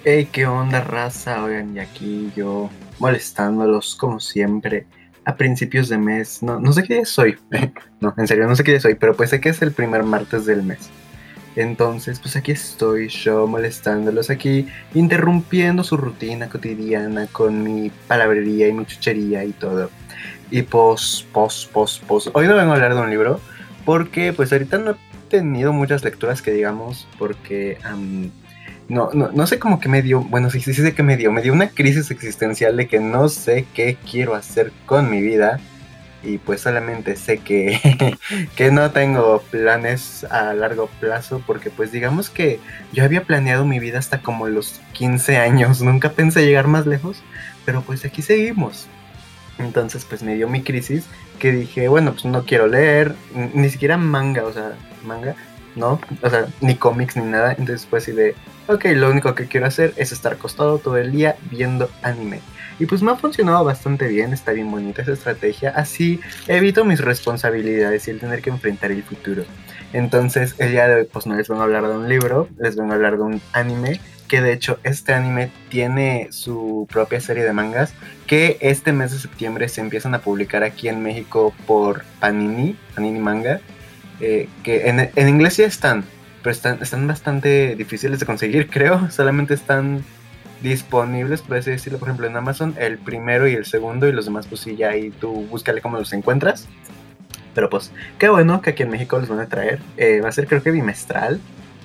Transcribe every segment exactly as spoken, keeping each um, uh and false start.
Hey, ¿qué onda, raza? Oigan, y aquí yo molestándolos como siempre a principios de mes. No, no sé qué día soy. No, en serio, no sé qué día soy, pero pues sé que es el primer martes del mes. Entonces, pues aquí estoy yo molestándolos aquí, interrumpiendo su rutina cotidiana con mi palabrería y mi chuchería y todo. Y pos, pos, pos, pos. Hoy no vengo a hablar de un libro porque pues ahorita no he tenido muchas lecturas que digamos porque... am, no, no, no sé cómo que me dio, bueno, sí, sí, sí sé que me dio, me dio una crisis existencial de que no sé qué quiero hacer con mi vida y pues solamente sé que, que no tengo planes a largo plazo porque pues digamos que yo había planeado mi vida hasta como los quince años, nunca pensé llegar más lejos, pero pues aquí seguimos. Entonces pues me dio mi crisis que dije, bueno, pues no quiero leer, n- ni siquiera manga, o sea, manga, ¿no? O sea, ni cómics ni nada. Entonces pues así de, ok, lo único que quiero hacer es estar acostado todo el día viendo anime. Y pues me ha funcionado bastante bien, está bien bonita esa estrategia, así evito mis responsabilidades y el tener que enfrentar el futuro. Entonces el día de hoy pues no les vengo a hablar de un libro, les vengo a hablar de un anime, que de hecho este anime tiene su propia serie de mangas que este mes de septiembre se empiezan a publicar aquí en México por Panini, Panini Manga, eh, que en, en inglés ya están, pero están, están bastante difíciles de conseguir, creo, solamente están disponibles, por así decirlo, por ejemplo en Amazon, el primero y el segundo, y los demás pues sí, ya ahí tú búscale cómo los encuentras, pero pues qué bueno que aquí en México los van a traer, eh, va a ser creo que bimestral,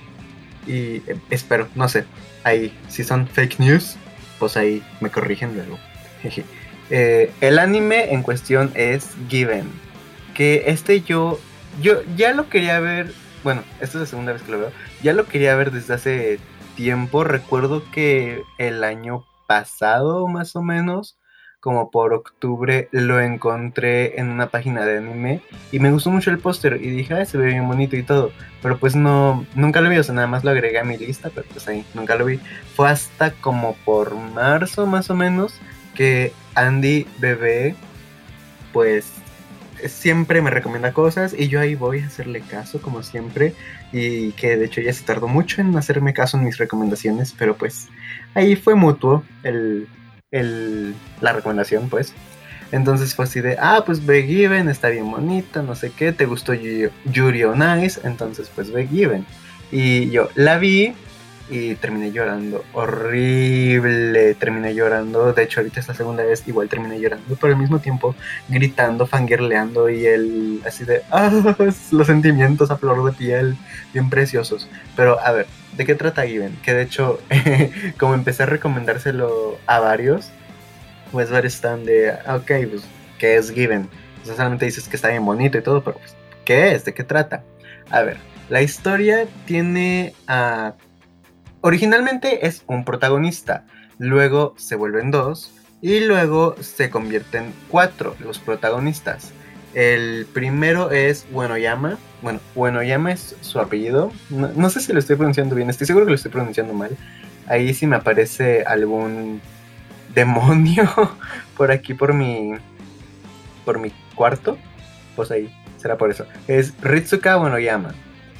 y eh, espero, no sé, ahí, si son fake news, pues ahí me corrigen luego. Eh, el anime en cuestión es Given, que este yo, yo ya lo quería ver, bueno, esta es la segunda vez que lo veo, ya lo quería ver desde hace tiempo, recuerdo que el año pasado más o menos, como por octubre, lo encontré en una página de anime y me gustó mucho el póster y dije, ay, se ve bien bonito y todo, pero pues no, nunca lo vi, o sea, nada más lo agregué a mi lista, pero pues ahí, nunca lo vi. Fue hasta como por marzo más o menos que Andy Bebé, pues siempre me recomienda cosas y yo ahí voy a hacerle caso como siempre, y que de hecho ya se tardó mucho en hacerme caso en mis recomendaciones, pero pues ahí fue mutuo el, el, la recomendación pues. Entonces fue así de, ah, pues Be Given está bien bonita, no sé qué, te gustó Yuri, Yuri on Ice, entonces pues Be Given. Y yo la vi y terminé llorando, horrible, terminé llorando, de hecho ahorita esta segunda vez igual terminé llorando, pero al mismo tiempo gritando, fangirleando y el así de, ah, los sentimientos a flor de piel, bien preciosos. Pero a ver, ¿de qué trata Given? Que de hecho, como empecé a recomendárselo a varios, pues varios están de, ok, pues, ¿qué es Given? O sea, solamente dices que está bien bonito y todo, pero pues, ¿qué es? ¿De qué trata? A ver, la historia tiene a... Originalmente es un protagonista, luego se vuelven dos y luego se convierten cuatro los protagonistas. El primero es Uenoyama. Bueno, Uenoyama es su apellido. No, no sé si lo estoy pronunciando bien, estoy seguro que lo estoy pronunciando mal. Ahí sí me aparece algún demonio por aquí, por mi, por mi cuarto. Pues ahí, será por eso. Es Ritsuka Uenoyama.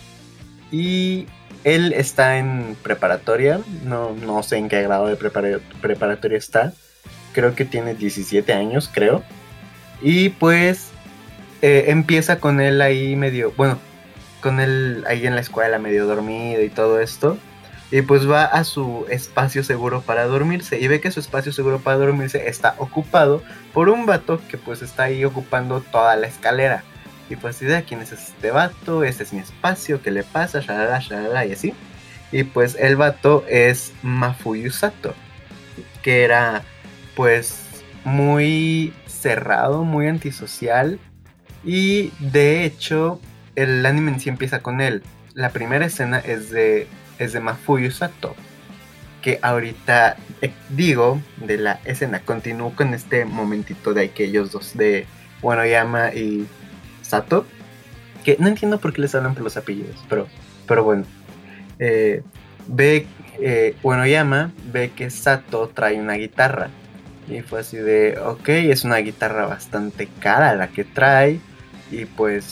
Y él está en preparatoria, no, no sé en qué grado de prepara- preparatoria está, creo que tiene diecisiete años, creo. Y pues eh, empieza con él ahí medio, bueno, con él ahí en la escuela medio dormido y todo esto. Y pues va a su espacio seguro para dormirse y ve que su espacio seguro para dormirse está ocupado por un vato que pues está ahí ocupando toda la escalera. Y pues idea, ¿quién es este vato? Este es mi espacio, ¿qué le pasa? Shalala, shalala y así. Y pues el vato es Mafuyu Sato, que era pues muy cerrado, muy antisocial. Y de hecho, el anime en sí empieza con él. La primera escena es de, es de Mafuyu Sato. Que ahorita eh, digo de la escena. Continúo con este momentito de aquellos dos de Uenoyama y Sato. Que no entiendo por qué les hablan por los apellidos, pero, pero bueno. Eh, ve, eh, Uenoyama ve que Sato trae una guitarra. Y fue así de, ok, es una guitarra bastante cara la que trae. Y pues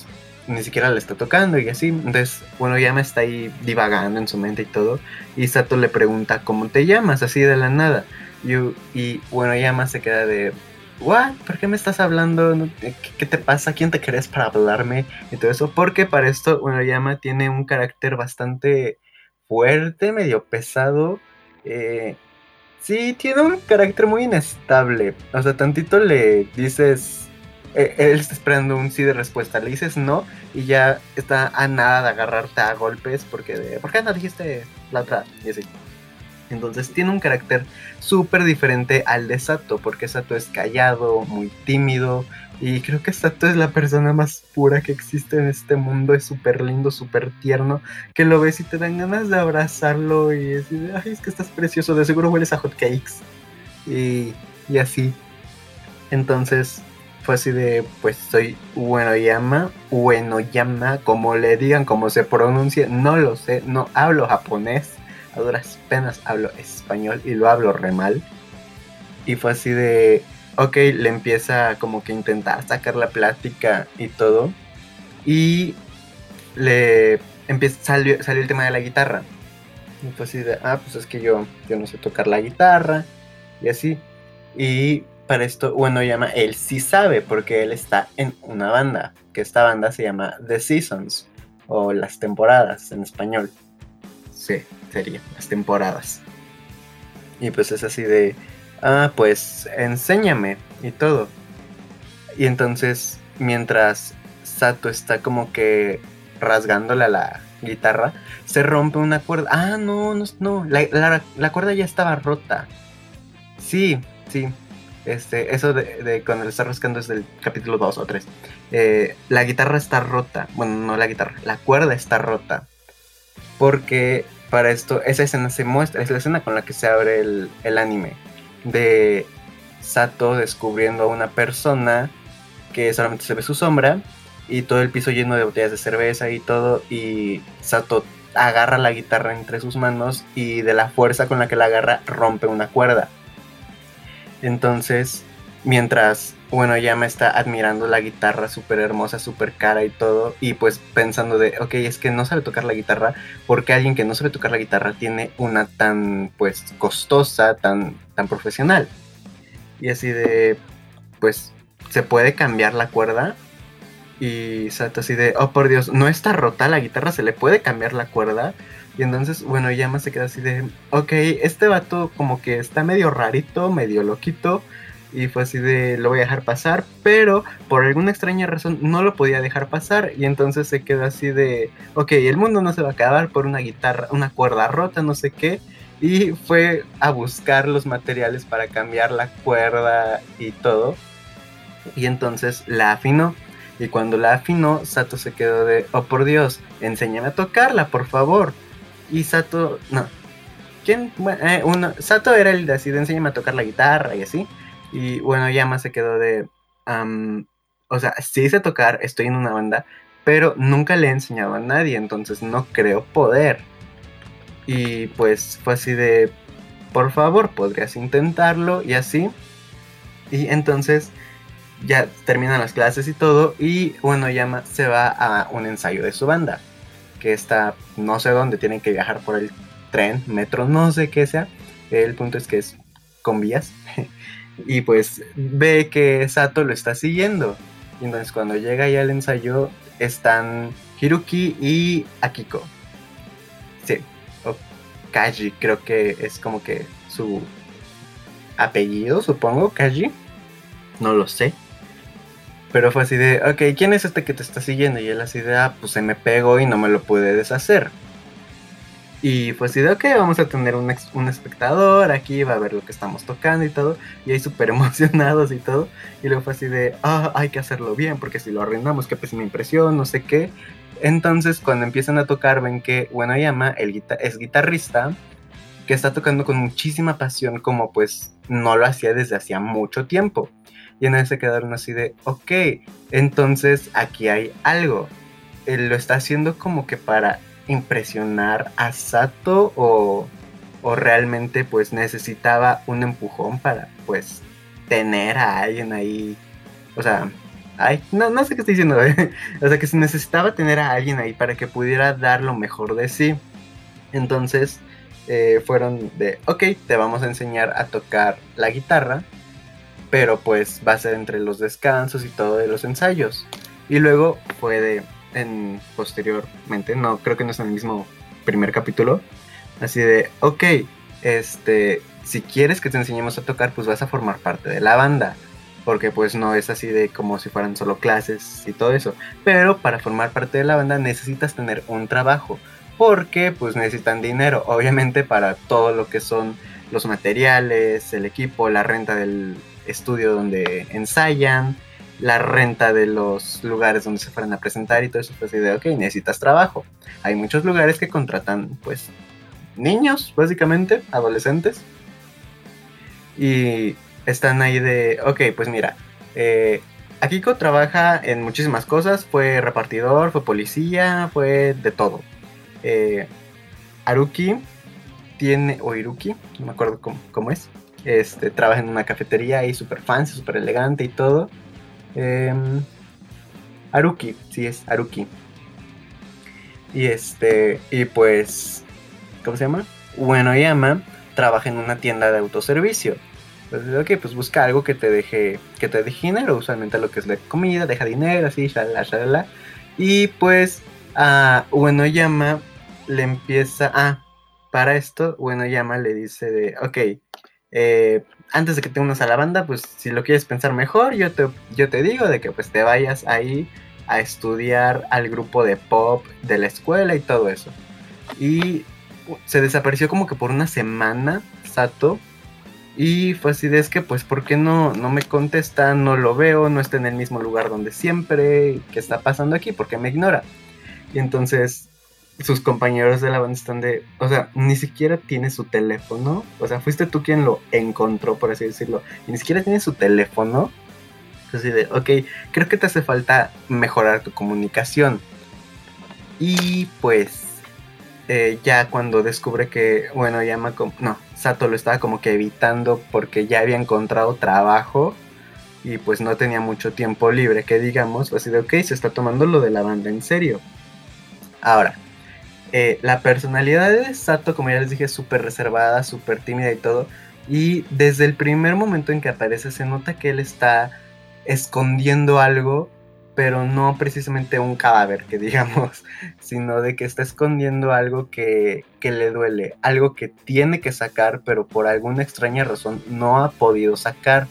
ni siquiera le está tocando y así. Entonces, bueno, Yama está ahí divagando en su mente y todo. Y Sato le pregunta, ¿cómo te llamas? Así de la nada. Y, y bueno, Yama se queda de, ¿what? ¿Por qué me estás hablando? ¿Qué, qué te pasa? ¿Quién te crees para hablarme? Y todo eso. Porque para esto, bueno, Yama tiene un carácter bastante fuerte, medio pesado. Eh, sí, tiene un carácter muy inestable. O sea, tantito le dices... Él está esperando un sí de respuesta, le dices no y ya está a nada de agarrarte a golpes porque de, ¿por qué no dijiste la otra? Y así. Entonces tiene un carácter súper diferente al de Sato, porque Sato es callado, muy tímido, y creo que Sato es la persona más pura que existe en este mundo, es súper lindo, súper tierno, que lo ves y te dan ganas de abrazarlo y decir, ay, es que estás precioso, de seguro hueles a hotcakes, y, y así. Entonces... fue así de, pues soy Uenoyama, Uenoyama, como le digan, como se pronuncie, no lo sé, no hablo japonés, a duras penas hablo español y lo hablo re mal. Y fue así de, ok, le empieza como que a intentar sacar la plática y todo. Y le empieza, salió, salió el tema de la guitarra. Y fue así de, ah, pues es que yo, yo no sé tocar la guitarra y así. Y para esto, bueno, llama, él sí sabe porque él está en una banda, que esta banda se llama The Seasons, o Las Temporadas en español. Sí, sería Las Temporadas. Y pues es así de, ah, pues enséñame y todo. Y entonces, mientras Sato está como que rasgándole a la guitarra, se rompe una cuerda. Ah, no, no, no, la, la, la cuerda ya estaba rota. Sí, sí. Este, eso de, de cuando le está rascando es del capítulo dos o tres. Eh, la guitarra está rota. Bueno, no la guitarra, la cuerda está rota. Porque para esto, esa escena se muestra, es la escena con la que se abre el, el anime. De Sato descubriendo a una persona que solamente se ve su sombra y todo el piso lleno de botellas de cerveza y todo. Y Sato agarra la guitarra entre sus manos y de la fuerza con la que la agarra rompe una cuerda. Entonces, mientras, bueno, ya me está admirando la guitarra súper hermosa, súper cara y todo, y pues pensando de, ok, es que no sabe tocar la guitarra, porque alguien que no sabe tocar la guitarra tiene una tan, pues, costosa, tan, tan profesional. Y así de, pues, se puede cambiar la cuerda. Y Sato así de, oh por Dios, no está rota la guitarra, se le puede cambiar la cuerda. Y entonces, bueno, Yama se queda así de, ok, este vato como que está medio rarito, medio loquito. Y fue así de, lo voy a dejar pasar, pero por alguna extraña razón no lo podía dejar pasar. Y entonces se quedó así de, ok, el mundo no se va a acabar por una guitarra, una cuerda rota, no sé qué. Y fue a buscar los materiales para cambiar la cuerda y todo. Y entonces la afinó. Y cuando la afinó, Sato se quedó de, oh por Dios, enséñame a tocarla, por favor. Y Sato, no. ¿Quién? Bueno, eh, uno, Sato era el de así de enséñame a tocar la guitarra y así. Y bueno, Yama se quedó de, um, o sea, sí sé tocar, estoy en una banda, pero nunca le he enseñado a nadie, entonces no creo poder. Y pues fue así de, por favor, podrías intentarlo y así. Y entonces ya terminan las clases y todo, y bueno, Yama se va a un ensayo de su banda, que está no sé dónde, tienen que viajar por el tren, metro, no sé qué sea, el punto es que es con vías, y pues ve que Sato lo está siguiendo, y entonces cuando llega ya al ensayo están Hiruki y Akiko, sí, o Kaji, creo que es como que su apellido, supongo, Kaji, no lo sé. Pero fue así de, ok, ¿quién es este que te está siguiendo? Y él así de, ah, pues se me pegó y no me lo pude deshacer. Y fue así de, ok, vamos a tener un, ex- un espectador aquí, va a ver lo que estamos tocando y todo. Y ahí súper emocionados y todo. Y luego fue así de, ah, hay que hacerlo bien, porque si lo arruinamos, qué pésima impresión, no sé qué. Entonces, cuando empiezan a tocar, ven que, bueno, Yama el guita- es guitarrista, que está tocando con muchísima pasión, como pues no lo hacía desde hacía mucho tiempo. Y en ese se quedaron así de, ok, entonces aquí hay algo. Él lo está haciendo como que para impresionar a Sato o, o realmente pues necesitaba un empujón para pues tener a alguien ahí. O sea, Ay, no, no sé qué estoy diciendo, ¿eh? O sea, que se necesitaba tener a alguien ahí para que pudiera dar lo mejor de sí. Entonces, eh, fueron de, ok, te vamos a enseñar a tocar la guitarra, pero pues va a ser entre los descansos y todo de los ensayos. Y luego fue de, en posteriormente, no, creo que no es en el mismo primer capítulo, así de, ok, este, si quieres que te enseñemos a tocar, pues vas a formar parte de la banda. Porque pues no es así de como si fueran solo clases y todo eso. Pero para formar parte de la banda necesitas tener un trabajo. Porque pues necesitan dinero, obviamente, para todo lo que son los materiales, el equipo, la renta del estudio donde ensayan, la renta de los lugares donde se fueran a presentar y todo eso. Pues así de, ok, necesitas trabajo. Hay muchos lugares que contratan pues niños, básicamente, adolescentes. Y están ahí de, ok, pues mira, eh, Akiko trabaja en muchísimas cosas, fue repartidor, fue policía, fue de todo. Eh, Haruki tiene, o Hiruki, no me acuerdo cómo, cómo es, este, trabaja en una cafetería ahí súper fancy, súper elegante y todo. Eh, Haruki, sí es Haruki. Y este, y pues, ¿cómo se llama? Uenoyama trabaja en una tienda de autoservicio. Pues, ok, pues busca algo que te deje, que te deje dinero, usualmente lo que es la comida, deja dinero, así, shalala, shalala. Y pues a Uenoyama le empieza, ah, para esto Uenoyama le dice de, ok, eh, antes de que te unas a la banda, pues si lo quieres pensar mejor, yo te, yo te digo de que pues te vayas ahí a estudiar al grupo de pop de la escuela y todo eso. Y se desapareció como que por una semana Sato. Y fue así de, es que pues ¿por qué no, no me contesta? No lo veo, no está en el mismo lugar donde siempre. ¿Qué está pasando aquí? ¿Por qué me ignora? Y entonces sus compañeros de la banda están de, o sea, ni siquiera tiene su teléfono. O sea, fuiste tú quien lo encontró, por así decirlo. Y ni siquiera tiene su teléfono. Así de, ok, creo que te hace falta mejorar tu comunicación. Y pues eh, ya cuando descubre que, bueno, llama como, no, Sato lo estaba como que evitando porque ya había encontrado trabajo y pues no tenía mucho tiempo libre, que digamos, así de, ok, se está tomando lo de la banda en serio. Ahora, eh, la personalidad de Sato, como ya les dije, es súper reservada, súper tímida y todo, y desde el primer momento en que aparece se nota que él está escondiendo algo, pero no precisamente un cadáver, que digamos, sino de que está escondiendo algo que, que le duele, algo que tiene que sacar, pero por alguna extraña razón no ha podido sacar.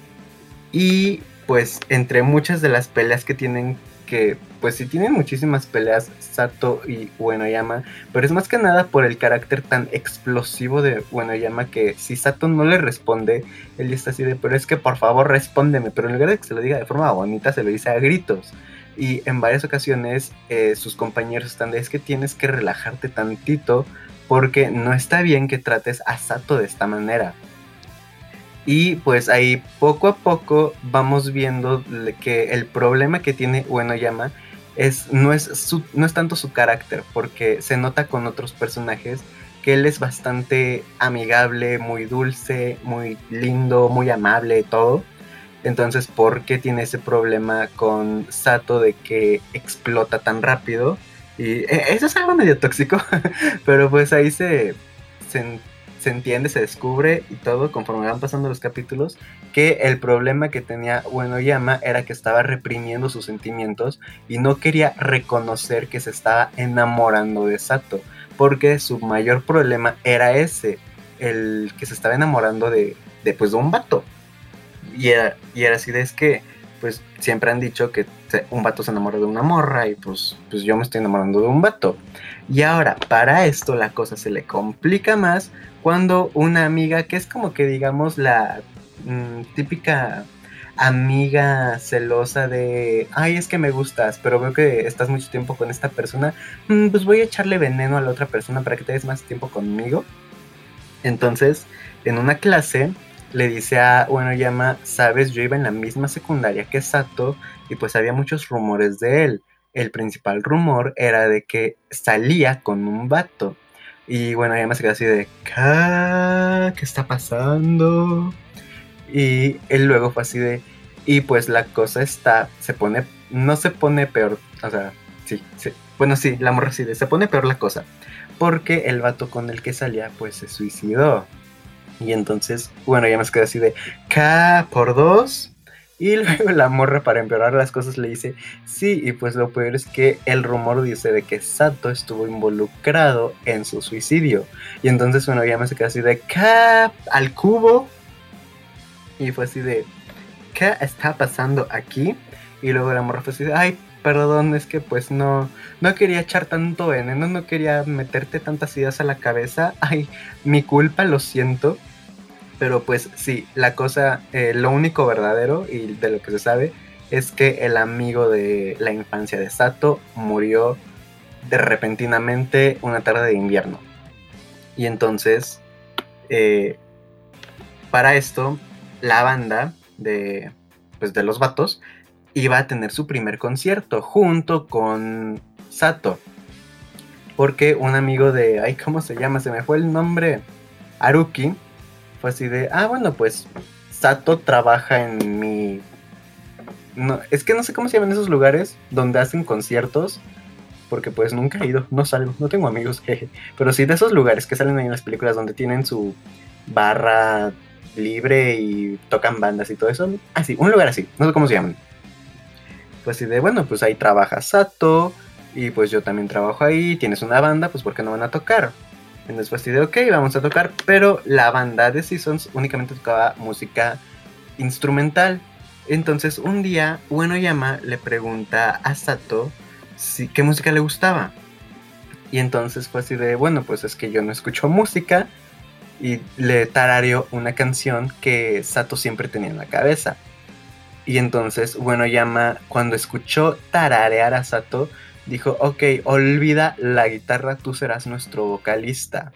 Y pues entre muchas de las peleas que tienen, que pues sí tienen muchísimas peleas Sato y Uenoyama, pero es más que nada por el carácter tan explosivo de Uenoyama que si Sato no le responde, él está así de, pero es que por favor respóndeme, pero en lugar de que se lo diga de forma bonita, se lo dice a gritos. Y en varias ocasiones eh, sus compañeros están de, es que tienes que relajarte tantito porque no está bien que trates a Sato de esta manera. Y pues ahí poco a poco vamos viendo que el problema que tiene Uenoyama es, no, es su, no es tanto su carácter, porque se nota con otros personajes que él es bastante amigable, muy dulce, muy lindo, muy amable, todo. Entonces, ¿por qué tiene ese problema con Sato de que explota tan rápido? Y eso es algo medio tóxico, pero pues ahí se, se se entiende, se descubre y todo conforme van pasando los capítulos que el problema que tenía Uenoyama era que estaba reprimiendo sus sentimientos y no quería reconocer que se estaba enamorando de Sato, porque su mayor problema era ese, el que se estaba enamorando de, de, pues, de un vato. Y era, y era así de, es que pues siempre han dicho que un vato se enamora de una morra y pues, pues yo me estoy enamorando de un vato. Y ahora, para esto la cosa se le complica más cuando una amiga, que es como que digamos la mmm, típica amiga celosa de, ay, es que me gustas, pero veo que estás mucho tiempo con esta persona, mmm, pues voy a echarle veneno a la otra persona para que te des más tiempo conmigo. Entonces, en una clase le dice a Uenoyama, sabes, yo iba en la misma secundaria que Sato y pues había muchos rumores de él. El principal rumor era de que salía con un vato. Y Uenoyama se quedó así de, ¿qué? ¿Qué está pasando? Y él luego fue así de, Y pues la cosa está, se pone, no se pone peor, o sea, sí, sí, bueno sí, la morra sí, se pone peor la cosa, porque el vato con el que salía pues se suicidó. Y entonces, bueno, ya me quedé así de K por dos. Y luego la morra, para empeorar las cosas, le dice sí, y pues lo peor es que el rumor dice de que Sato estuvo involucrado en su suicidio. Y entonces, bueno, ya me quedé así de K al cubo. Y fue así de ¿qué está pasando aquí? Y luego la morra fue así de ay, perdón, es que pues no, no quería echar tanto veneno, no quería meterte tantas ideas a la cabeza. Ay, mi culpa, lo siento. Pero pues sí, la cosa, eh, lo único verdadero y de lo que se sabe es que el amigo de la infancia de Sato murió de repentinamente una tarde de invierno. Y entonces, eh, para esto, la banda de, pues, de los vatos iba a tener su primer concierto junto con Sato. Porque un amigo de, ay, ¿cómo se llama? Se me fue el nombre. Haruki. Fue así de, ah, bueno, pues Sato trabaja en mi... No, es que no sé cómo se llaman esos lugares donde hacen conciertos, porque pues nunca he ido, no salgo, no tengo amigos, jeje. Pero sí de esos lugares que salen ahí en las películas donde tienen su barra libre y tocan bandas y todo eso. Ah, sí, un lugar así, no sé cómo se llaman. Pues así de, bueno, pues ahí trabaja Sato y pues yo también trabajo ahí, tienes una banda, pues ¿por qué no van a tocar? Entonces fue así de, ok, vamos a tocar, pero la banda de Seasons únicamente tocaba música instrumental. Entonces un día Uenoyama le pregunta a Sato si, qué música le gustaba. Y entonces fue así de, bueno, pues es que yo no escucho música. Y le tarareó una canción que Sato siempre tenía en la cabeza. Y entonces Uenoyama, cuando escuchó tararear a Sato, dijo, ok, olvida la guitarra, tú serás nuestro vocalista.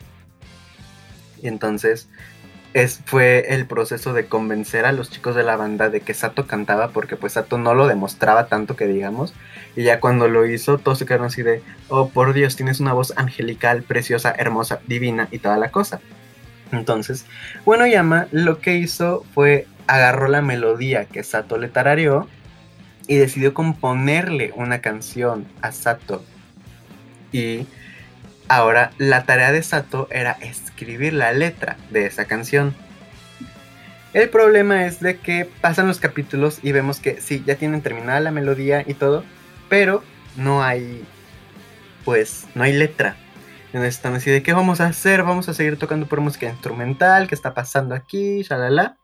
Y entonces es, fue el proceso de convencer a los chicos de la banda de que Sato cantaba, porque pues Sato no lo demostraba tanto que digamos. Y ya cuando lo hizo, todos se quedaron así de, oh por Dios, tienes una voz angelical, preciosa, hermosa, divina y toda la cosa. Entonces, Uenoyama lo que hizo fue agarró la melodía que Sato le tarareó y decidió componerle una canción a Sato. Y ahora la tarea de Sato era escribir la letra de esa canción. El problema es de que pasan los capítulos y vemos que sí, ya tienen terminada la melodía y todo, pero no hay, pues, no hay letra. Entonces están así de, ¿qué vamos a hacer? Vamos a seguir tocando por música instrumental, ¿qué está pasando aquí? Shalala.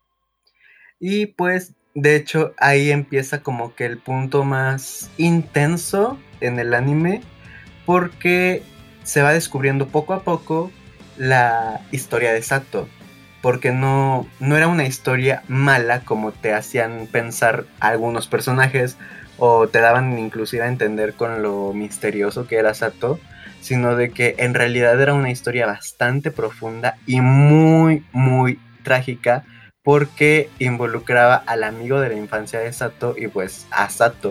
Y pues, de hecho, ahí empieza como que el punto más intenso en el anime, porque se va descubriendo poco a poco la historia de Sato. Porque no, no era una historia mala como te hacían pensar algunos personajes, o te daban inclusive a entender con lo misterioso que era Sato, sino de que en realidad era una historia bastante profunda y muy, muy trágica, porque involucraba al amigo de la infancia de Sato y pues a Sato.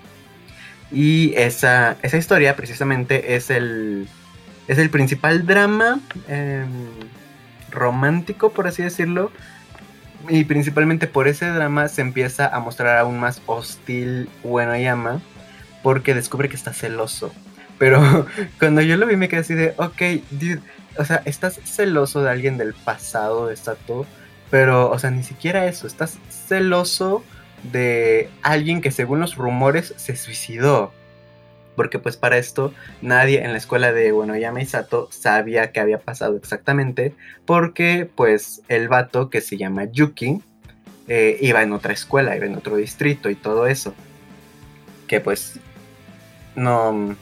Y esa, esa historia precisamente es el, es el principal drama eh, romántico, por así decirlo. Y principalmente por ese drama se empieza a mostrar aún más hostil Uenoyama, porque descubre que está celoso. Pero cuando yo lo vi me quedé así de, ok, dude, o sea, estás celoso de alguien del pasado de Sato, pero, o sea, ni siquiera eso, estás celoso de alguien que según los rumores se suicidó. Porque pues para esto nadie en la escuela de Uenoyama y Sato sabía qué había pasado exactamente, porque pues el vato que se llama Yuki eh, iba en otra escuela, iba en otro distrito y todo eso. Que pues no...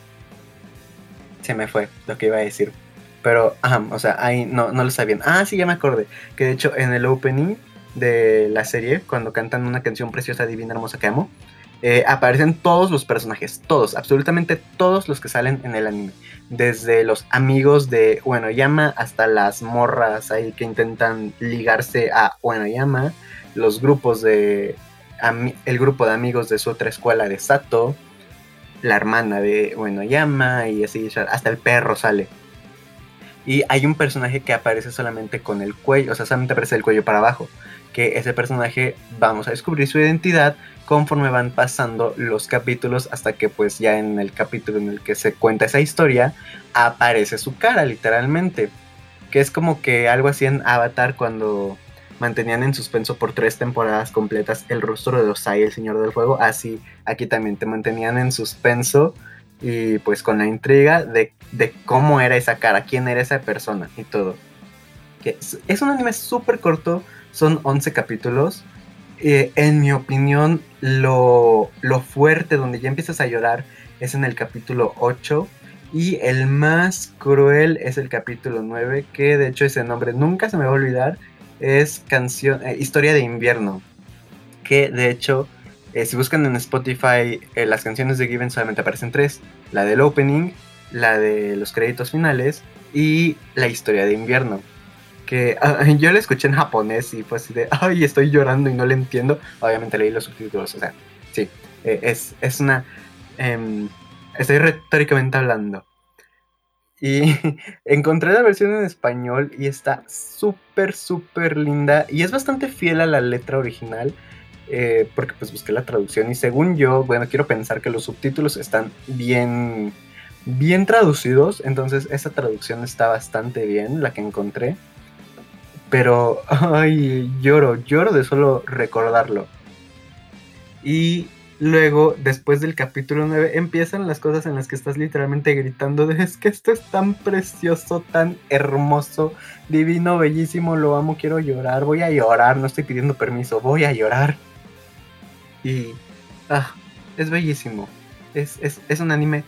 Se me fue lo que iba a decir. Pero, ajá, o sea, ahí no, no lo sabían. Ah, sí, ya me acordé. Que de hecho en el opening de la serie, cuando cantan una canción preciosa, divina, hermosa que amo, eh, aparecen todos los personajes, todos, absolutamente todos los que salen en el anime. Desde los amigos de Uenoyama hasta las morras ahí que intentan ligarse a Uenoyama, los grupos de... el grupo de amigos de su otra escuela de Sato, la hermana de Uenoyama y así, hasta el perro sale. Y hay un personaje que aparece solamente con el cuello, o sea, solamente aparece el cuello para abajo. Que ese personaje vamos a descubrir su identidad conforme van pasando los capítulos, hasta que pues ya en el capítulo en el que se cuenta esa historia aparece su cara literalmente. Que es como que algo así en Avatar, cuando mantenían en suspenso por tres temporadas completas el rostro de Ozai, el Señor del Fuego. Así aquí también te mantenían en suspenso y pues con la intriga de, de cómo era esa cara, quién era esa persona y todo. Que es, es un anime súper corto, son once capítulos. Eh, en mi opinión, lo, lo fuerte, donde ya empiezas a llorar, es en el capítulo ocho. Y el más cruel es el capítulo nueve, que de hecho ese nombre nunca se me va a olvidar. Es canción, eh, Historia de Invierno. Que de hecho, eh, si buscan en Spotify, eh, las canciones de Given solamente aparecen tres. La del opening, la de los créditos finales y la Historia de Invierno. Que uh, yo la escuché en japonés y fue así de, ay, estoy llorando y no le entiendo. Obviamente leí los subtítulos, o sea, sí, eh, es, es una... Eh, estoy retóricamente hablando. Y encontré la versión en español y está súper, súper linda. Y es bastante fiel a la letra original. Eh, porque pues busqué la traducción y según yo, bueno, quiero pensar que los subtítulos están bien, bien traducidos. Entonces esa traducción está bastante bien, la que encontré. Pero, ay, lloro, lloro de solo recordarlo. Y luego, después del capítulo nueve, empiezan las cosas en las que estás literalmente gritando de, es que esto es tan precioso, tan hermoso, divino, bellísimo, lo amo, quiero llorar, voy a llorar, no estoy pidiendo permiso, voy a llorar. Y, ah, es bellísimo. Es, es, es un anime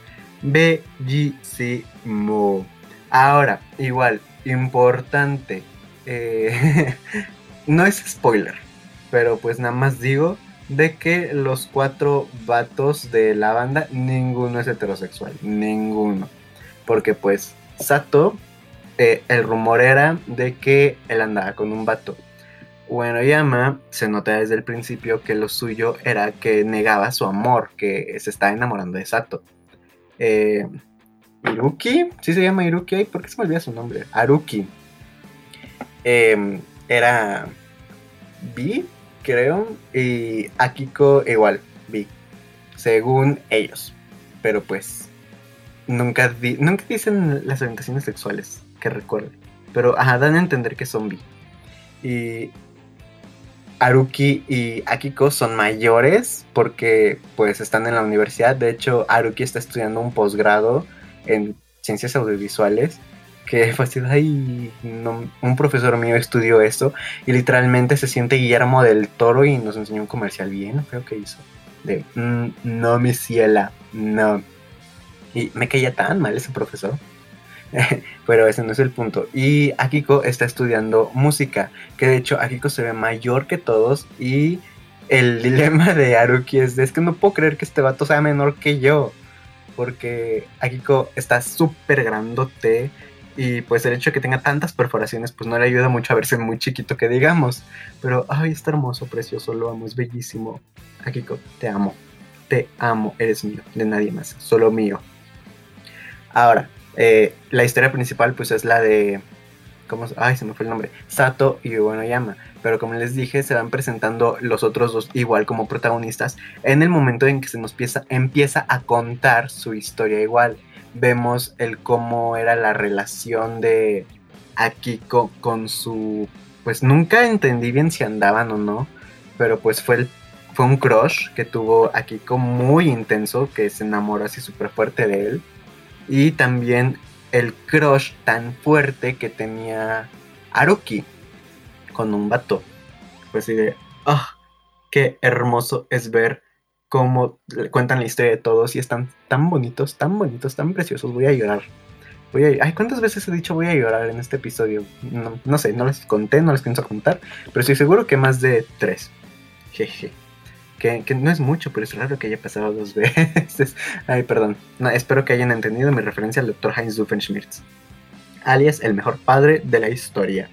bellísimo. Ahora, igual, importante. Eh, no es spoiler, pero pues nada más digo de que los cuatro vatos de la banda, ninguno es heterosexual, ninguno. Porque pues Sato, eh, el rumor era de que él andaba con un vato. Uenoyama se nota desde el principio que lo suyo era que negaba su amor, que se estaba enamorando de Sato. Eh, Iruki, sí se llama Iruki, ¿por qué se me olvida su nombre? Haruki. Eh, era bi, creo, y Akiko igual, bi, según ellos. Pero pues nunca, di nunca dicen las orientaciones sexuales, que recuerden. Pero ajá, dan a entender que son bi. Y Haruki y Akiko son mayores porque pues están en la universidad. De hecho, Haruki está estudiando un posgrado en ciencias audiovisuales. Que fue así, ay, no, un profesor mío estudió eso y literalmente se siente Guillermo del Toro y nos enseñó un comercial bien feo que hizo. De, mm, no, mi ciela, no. Y me caía tan mal ese profesor. Pero ese no es el punto. Y Akiko está estudiando música, que de hecho Akiko se ve mayor que todos y el dilema de Haruki es, de, es que no puedo creer que este vato sea menor que yo, porque Akiko está súper grandote y pues el hecho de que tenga tantas perforaciones pues no le ayuda mucho a verse muy chiquito que digamos, pero ay, está hermoso, precioso, lo amo, es bellísimo. Akiko, te amo, te amo, eres mío, de nadie más, solo mío. Ahora, Eh, la historia principal pues es la de, ¿cómo? Ay, se me fue el nombre, Sato y Uenoyama, pero como les dije, se van presentando los otros dos igual como protagonistas en el momento en que se nos empieza, empieza a contar su historia igual. Vemos el cómo era la relación de Akiko con su, pues nunca entendí bien si andaban o no, pero pues fue el fue un crush que tuvo Akiko muy intenso, que se enamoró así súper fuerte de él. Y también el crush tan fuerte que tenía Haruki con un vato. Pues así de, ah, oh, qué hermoso es ver cómo cuentan la historia de todos y están tan bonitos, tan bonitos, tan preciosos. Voy a llorar. Voy a, ay, ¿cuántas veces he dicho voy a llorar en este episodio? No, no sé, no les conté, no les pienso contar, pero estoy seguro que más de tres. Jeje. Que, que no es mucho, pero es raro que haya pasado dos veces. Ay, perdón. No, espero que hayan entendido mi referencia al doctor Heinz Doofenshmirtz, alias el mejor padre de la historia.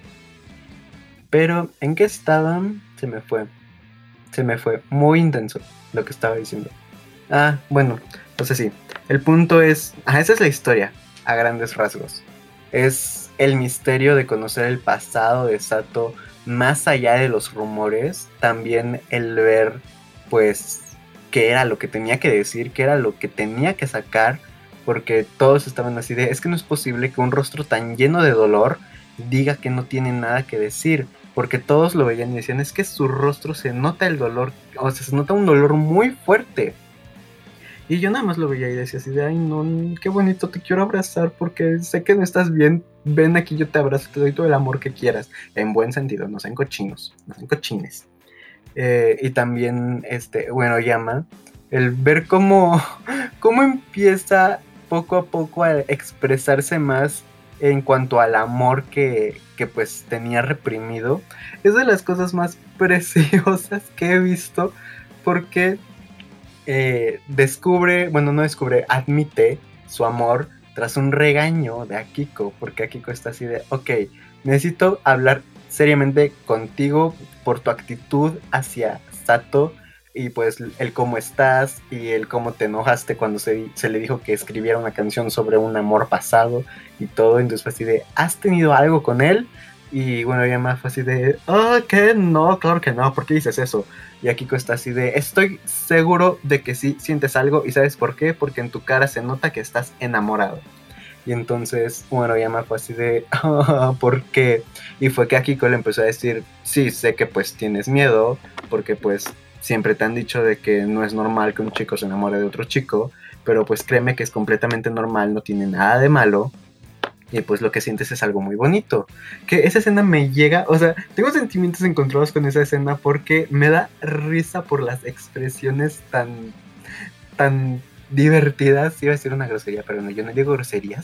Pero, ¿en qué estaba? Se me fue. Se me fue. Muy intenso lo que estaba diciendo. Ah, bueno, entonces sí. El punto es... Ah, esa es la historia, a grandes rasgos. Es el misterio de conocer el pasado de Sato más allá de los rumores, también el ver pues qué era lo que tenía que decir, qué era lo que tenía que sacar, porque todos estaban así de, es que no es posible que un rostro tan lleno de dolor diga que no tiene nada que decir, porque todos lo veían y decían, es que su rostro se nota el dolor, o sea, se nota un dolor muy fuerte. Y yo nada más lo veía y decía así de, ay no, qué bonito, te quiero abrazar porque sé que no estás bien, ven aquí, yo te abrazo, te doy todo el amor que quieras, en buen sentido, no sean cochinos, no sean cochines. Eh, y también, este, bueno, Yama, el ver cómo, cómo empieza poco a poco a expresarse más en cuanto al amor que, que pues tenía reprimido, es de las cosas más preciosas que he visto, porque eh, descubre, bueno, no descubre, admite su amor tras un regaño de Akiko, porque Akiko está así de, ok, necesito hablar seriamente contigo por tu actitud hacia Sato y pues el cómo estás y el cómo te enojaste cuando se, se le dijo que escribiera una canción sobre un amor pasado y todo. Entonces fue así de, ¿has tenido algo con él? Y bueno, Yama fue así de, ah, oh, ¿qué? No, claro que no, ¿por qué dices eso? Y Akiko está así de, estoy seguro de que sí sientes algo, y ¿sabes por qué? Porque en tu cara se nota que estás enamorado. Y entonces, bueno, Yama fue así de, oh, ¿por qué? Y fue que Akiko le empezó a decir, sí, sé que pues tienes miedo, porque pues siempre te han dicho de que no es normal que un chico se enamore de otro chico, pero pues créeme que es completamente normal, no tiene nada de malo. Y pues lo que sientes es algo muy bonito. Que esa escena me llega, o sea, tengo sentimientos encontrados con esa escena porque me da risa por las expresiones tan, tan divertidas. Iba a decir una grosería, pero no, yo no digo groserías.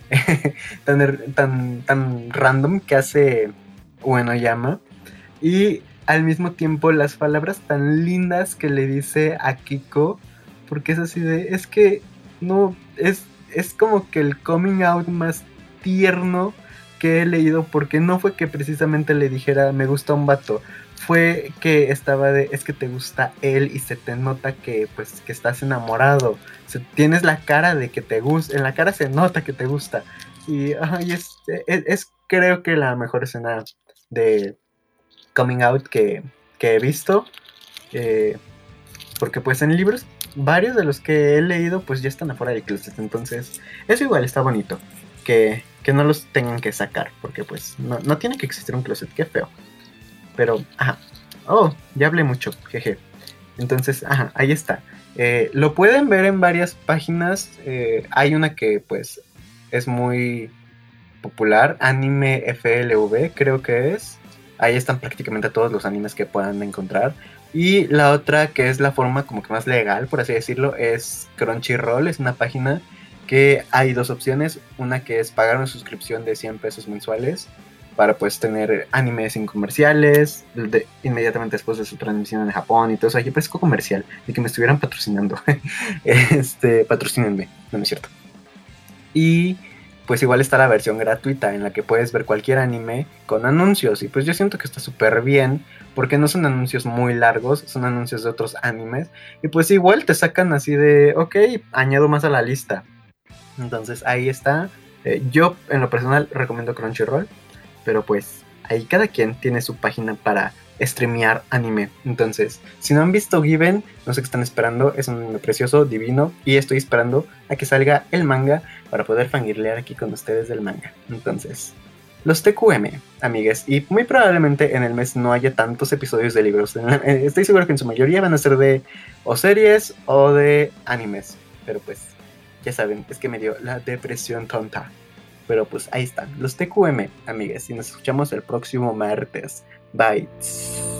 tan, tan, tan random que hace Ueno Yama. Y al mismo tiempo las palabras tan lindas que le dice a Kiko. Porque es así de, es que no, es, es como que el coming out más tierno que he leído, porque no fue que precisamente le dijera me gusta un vato, fue que estaba de, es que te gusta él y se te nota que pues que estás enamorado, se, tienes la cara de que te gusta, en la cara se nota que te gusta, y, ay, es, es, es creo que la mejor escena de coming out que, que he visto, eh, porque pues en libros varios de los que he leído pues ya están afuera del closet, entonces eso igual está bonito, que, que no los tengan que sacar, porque pues no, no tiene que existir un closet, qué feo, pero ajá, oh, ya hablé mucho, jeje, entonces ajá, ahí está, eh, lo pueden ver en varias páginas, eh, hay una que pues es muy popular, Anime F L V creo que es, ahí están prácticamente todos los animes que puedan encontrar. Y la otra, que es la forma como que más legal, por así decirlo, es Crunchyroll. Es una página que hay dos opciones. Una que es pagar una suscripción de cien pesos mensuales para pues tener animes sin comerciales de, inmediatamente después de su transmisión en Japón y todo eso. Yo parezco comercial, de que me estuvieran patrocinando. este, patrocínenme, no, no es cierto. Y pues igual está la versión gratuita en la que puedes ver cualquier anime con anuncios, y pues yo siento que está súper bien porque no son anuncios muy largos, son anuncios de otros animes y pues igual te sacan así de, ok, añado más a la lista. Entonces ahí está, eh, yo en lo personal recomiendo Crunchyroll, pero pues ahí cada quien tiene su página para streamear anime. Entonces, si no han visto Given, no sé qué están esperando, es un anime precioso, divino, y estoy esperando a que salga el manga para poder fangirlear aquí con ustedes del manga. Entonces, los T Q M, amigues, y muy probablemente en el mes no haya tantos episodios de libros. Estoy seguro que en su mayoría van a ser de o series o de animes, pero pues ya saben, es que me dio la depresión tonta. Pero pues ahí están, los T Q M, amigues, y nos escuchamos el próximo martes. Bye.